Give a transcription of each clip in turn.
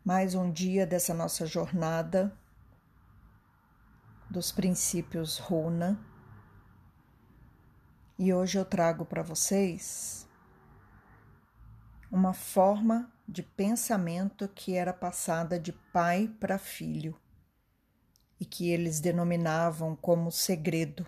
Mais um dia dessa nossa jornada dos princípios Runa. E hoje eu trago para vocês uma forma de pensamento que era passada de pai para filho e que eles denominavam como segredo.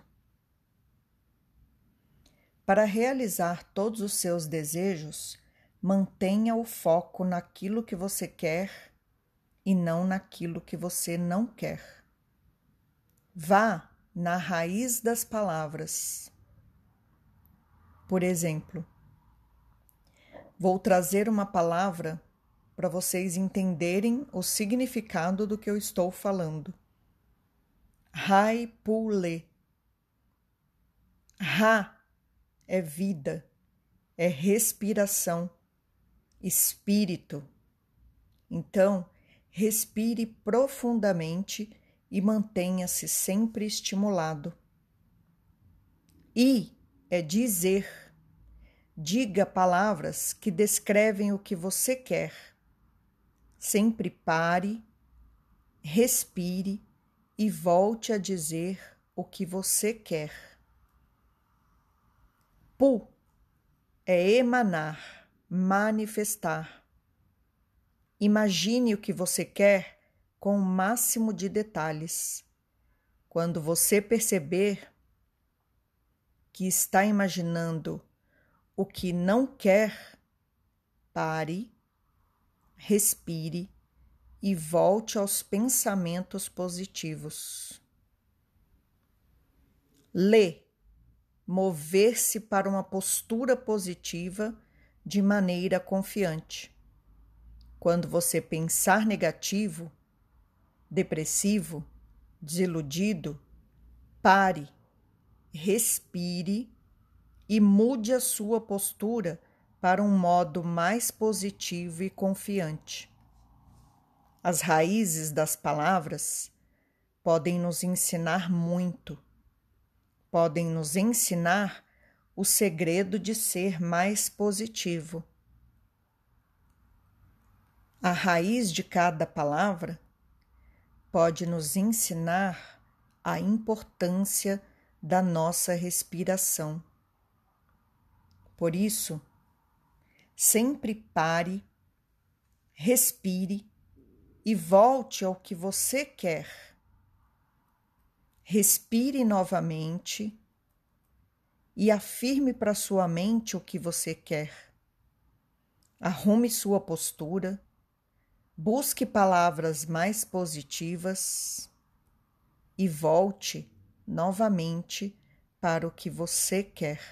Para realizar todos os seus desejos, mantenha o foco naquilo que você quer e não naquilo que você não quer. Vá na raiz das palavras. Por exemplo, vou trazer uma palavra para vocês entenderem o significado do que eu estou falando. Raipule. Ra é vida, é respiração, espírito. Então, respire profundamente e mantenha-se sempre estimulado. I é dizer. Diga palavras que descrevem o que você quer. Sempre pare, respire e volte a dizer o que você quer. Pu é emanar, manifestar. Imagine o que você quer com o máximo de detalhes. Quando você perceber que está imaginando o que não quer, pare, respire e volte aos pensamentos positivos. Lê, mover-se para uma postura positiva de maneira confiante. Quando você pensar negativo, depressivo, desiludido, pare, respire e mude a sua postura para um modo mais positivo e confiante. As raízes das palavras podem nos ensinar muito, podem nos ensinar o segredo de ser mais positivo. A raiz de cada palavra pode nos ensinar a importância da nossa respiração. Por isso, sempre pare, respire e volte ao que você quer. Respire novamente e afirme para sua mente o que você quer. Arrume sua postura, busque palavras mais positivas e volte novamente para o que você quer.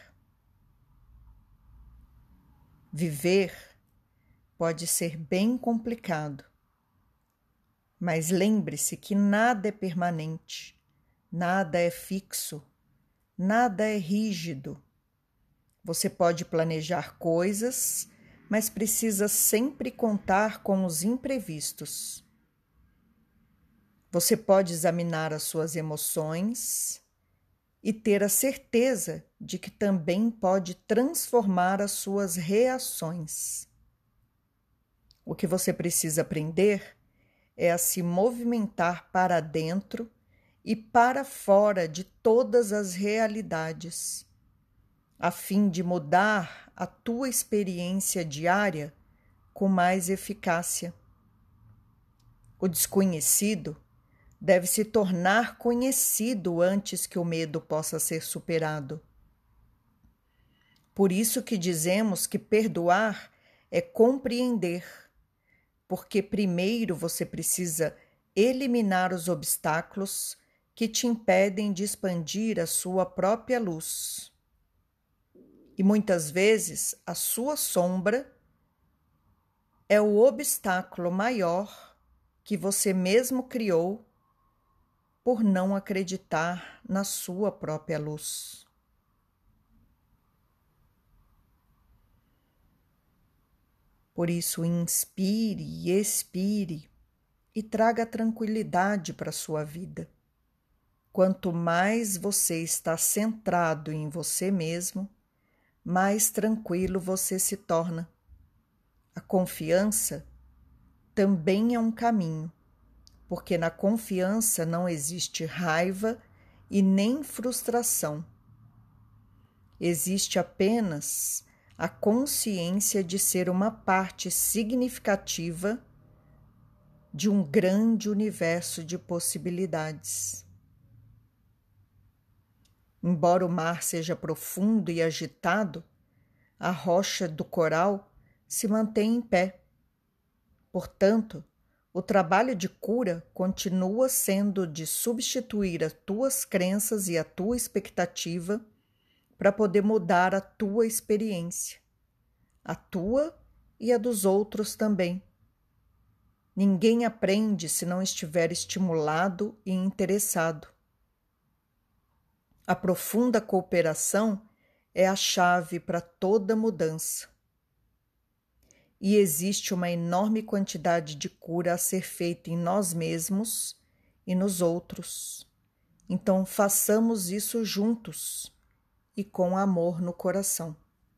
Viver pode ser bem complicado, mas lembre-se que nada é permanente, nada é fixo, nada é rígido. Você pode planejar coisas, mas precisa sempre contar com os imprevistos. Você pode examinar as suas emoções e ter a certeza de que também pode transformar as suas reações. O que você precisa aprender é a se movimentar para dentro e para fora de todas as realidades, a fim de mudar a tua experiência diária com mais eficácia. O desconhecido deve se tornar conhecido antes que o medo possa ser superado. Por isso que dizemos que perdoar é compreender, porque primeiro você precisa eliminar os obstáculos que te impedem de expandir a sua própria luz. E muitas vezes a sua sombra é o obstáculo maior que você mesmo criou por não acreditar na sua própria luz. Por isso, inspire e expire e traga tranquilidade para a sua vida. Quanto mais você está centrado em você mesmo, mais tranquilo você se torna. A confiança também é um caminho, porque na confiança não existe raiva e nem frustração. Existe apenas a consciência de ser uma parte significativa de um grande universo de possibilidades. Embora o mar seja profundo e agitado, a rocha do coral se mantém em pé. Portanto, o trabalho de cura continua sendo de substituir as tuas crenças e a tua expectativa para poder mudar a tua experiência, a tua e a dos outros também. Ninguém aprende se não estiver estimulado e interessado. A profunda cooperação é a chave para toda mudança. E existe uma enorme quantidade de cura a ser feita em nós mesmos e nos outros. Então façamos isso juntos e com amor no coração.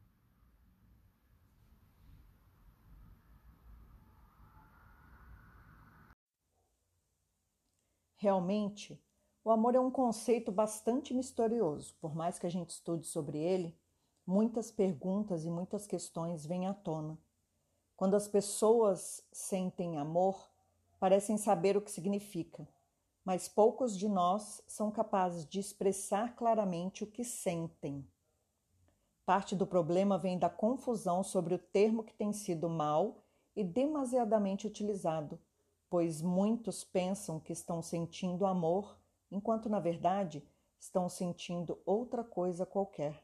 Realmente, o amor é um conceito bastante misterioso. Por mais que a gente estude sobre ele, muitas perguntas e muitas questões vêm à tona. Quando as pessoas sentem amor, parecem saber o que significa, mas poucos de nós são capazes de expressar claramente o que sentem. Parte do problema vem da confusão sobre o termo que tem sido mal e demasiadamente utilizado, pois muitos pensam que estão sentindo amor, enquanto na verdade estão sentindo outra coisa qualquer.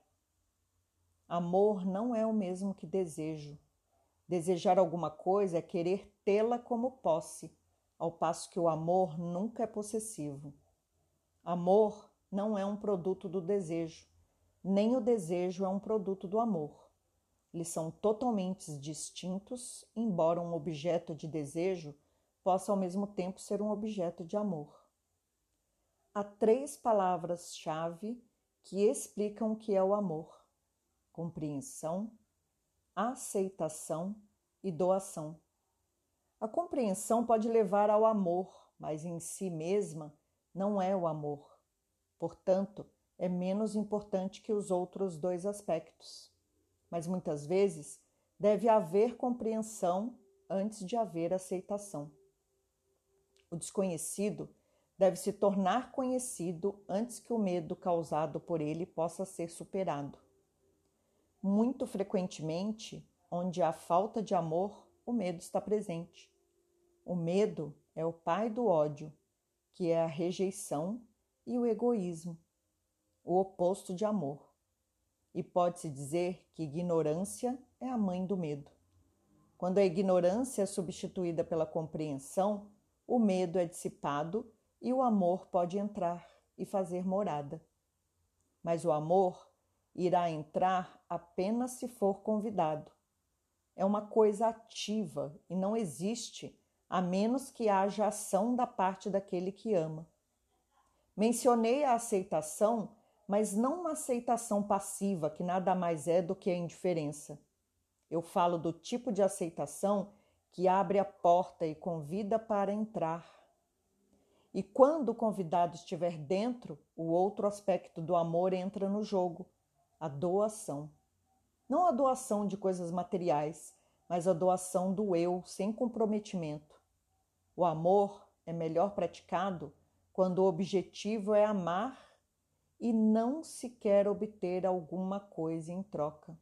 Amor não é o mesmo que desejo. Desejar alguma coisa é querer tê-la como posse, ao passo que o amor nunca é possessivo. Amor não é um produto do desejo, nem o desejo é um produto do amor. Eles são totalmente distintos, embora um objeto de desejo possa ao mesmo tempo ser um objeto de amor. Há 3 palavras-chave que explicam o que é o amor: compreensão, aceitação e doação. A compreensão pode levar ao amor, mas em si mesma não é o amor. Portanto, é menos importante que os outros 2 aspectos. Mas muitas vezes deve haver compreensão antes de haver aceitação. O desconhecido deve se tornar conhecido antes que o medo causado por ele possa ser superado. Muito frequentemente, onde há falta de amor, o medo está presente. O medo é o pai do ódio, que é a rejeição e o egoísmo, o oposto de amor. E pode-se dizer que ignorância é a mãe do medo. Quando a ignorância é substituída pela compreensão, o medo é dissipado e o amor pode entrar e fazer morada. Mas o amor irá entrar apenas se for convidado. É uma coisa ativa e não existe a menos que haja ação da parte daquele que ama. Mencionei a aceitação, mas não uma aceitação passiva, que nada mais é do que a indiferença. Eu falo do tipo de aceitação que abre a porta e convida para entrar. E quando o convidado estiver dentro, o outro aspecto do amor entra no jogo: a doação. Não a doação de coisas materiais, mas a doação do eu sem comprometimento. O amor é melhor praticado quando o objetivo é amar e não se quer obter alguma coisa em troca.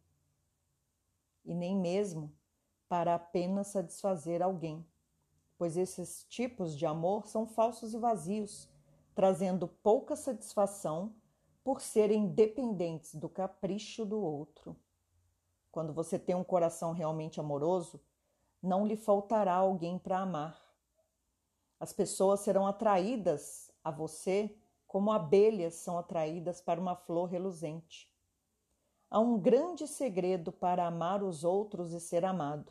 E nem mesmo para apenas satisfazer alguém, pois esses tipos de amor são falsos e vazios, trazendo pouca satisfação por serem dependentes do capricho do outro. Quando você tem um coração realmente amoroso, não lhe faltará alguém para amar. As pessoas serão atraídas a você como abelhas são atraídas para uma flor reluzente. Há um grande segredo para amar os outros e ser amado.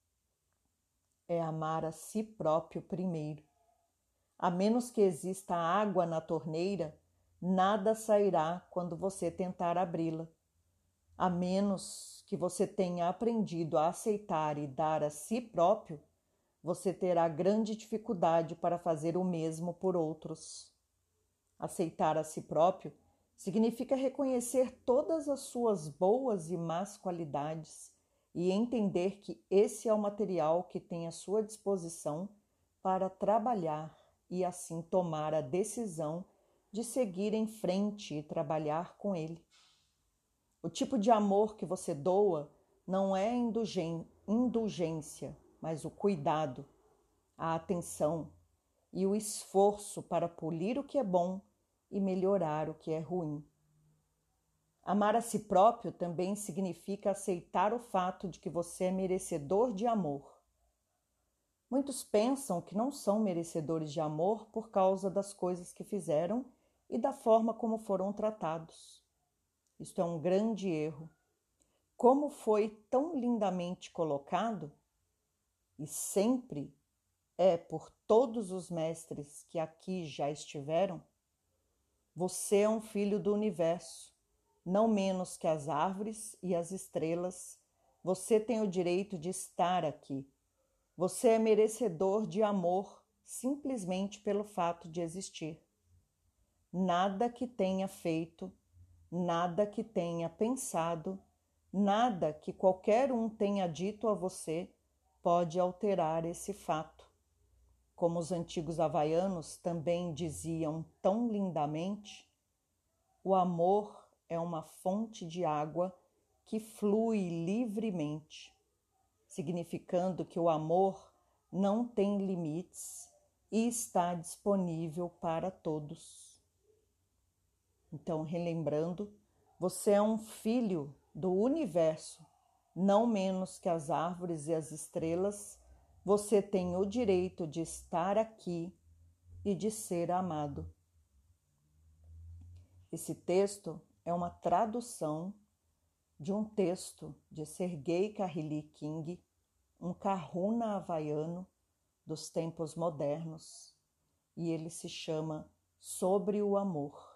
É amar a si próprio primeiro. A menos que exista água na torneira, nada sairá quando você tentar abri-la. A menos que você tenha aprendido a aceitar e dar a si próprio, você terá grande dificuldade para fazer o mesmo por outros. Aceitar a si próprio significa reconhecer todas as suas boas e más qualidades e entender que esse é o material que tem à sua disposição para trabalhar e assim tomar a decisão de seguir em frente e trabalhar com ele. O tipo de amor que você doa não é indulgência, mas o cuidado, a atenção e o esforço para polir o que é bom e melhorar o que é ruim. Amar a si próprio também significa aceitar o fato de que você é merecedor de amor. Muitos pensam que não são merecedores de amor por causa das coisas que fizeram e da forma como foram tratados. Isto é um grande erro. Como foi tão lindamente colocado, e sempre é por todos os mestres que aqui já estiveram, você é um filho do universo, não menos que as árvores e as estrelas. Você tem o direito de estar aqui. Você é merecedor de amor simplesmente pelo fato de existir. Nada que tenha feito, nada que tenha pensado, nada que qualquer um tenha dito a você pode alterar esse fato. Como os antigos havaianos também diziam tão lindamente, o amor é uma fonte de água que flui livremente, significando que o amor não tem limites e está disponível para todos. Então, relembrando, você é um filho do universo, não menos que as árvores e as estrelas. Você tem o direito de estar aqui e de ser amado. Esse texto é uma tradução de um texto de Sergei Kahili King, um kahuna havaiano dos tempos modernos, e ele se chama Sobre o Amor.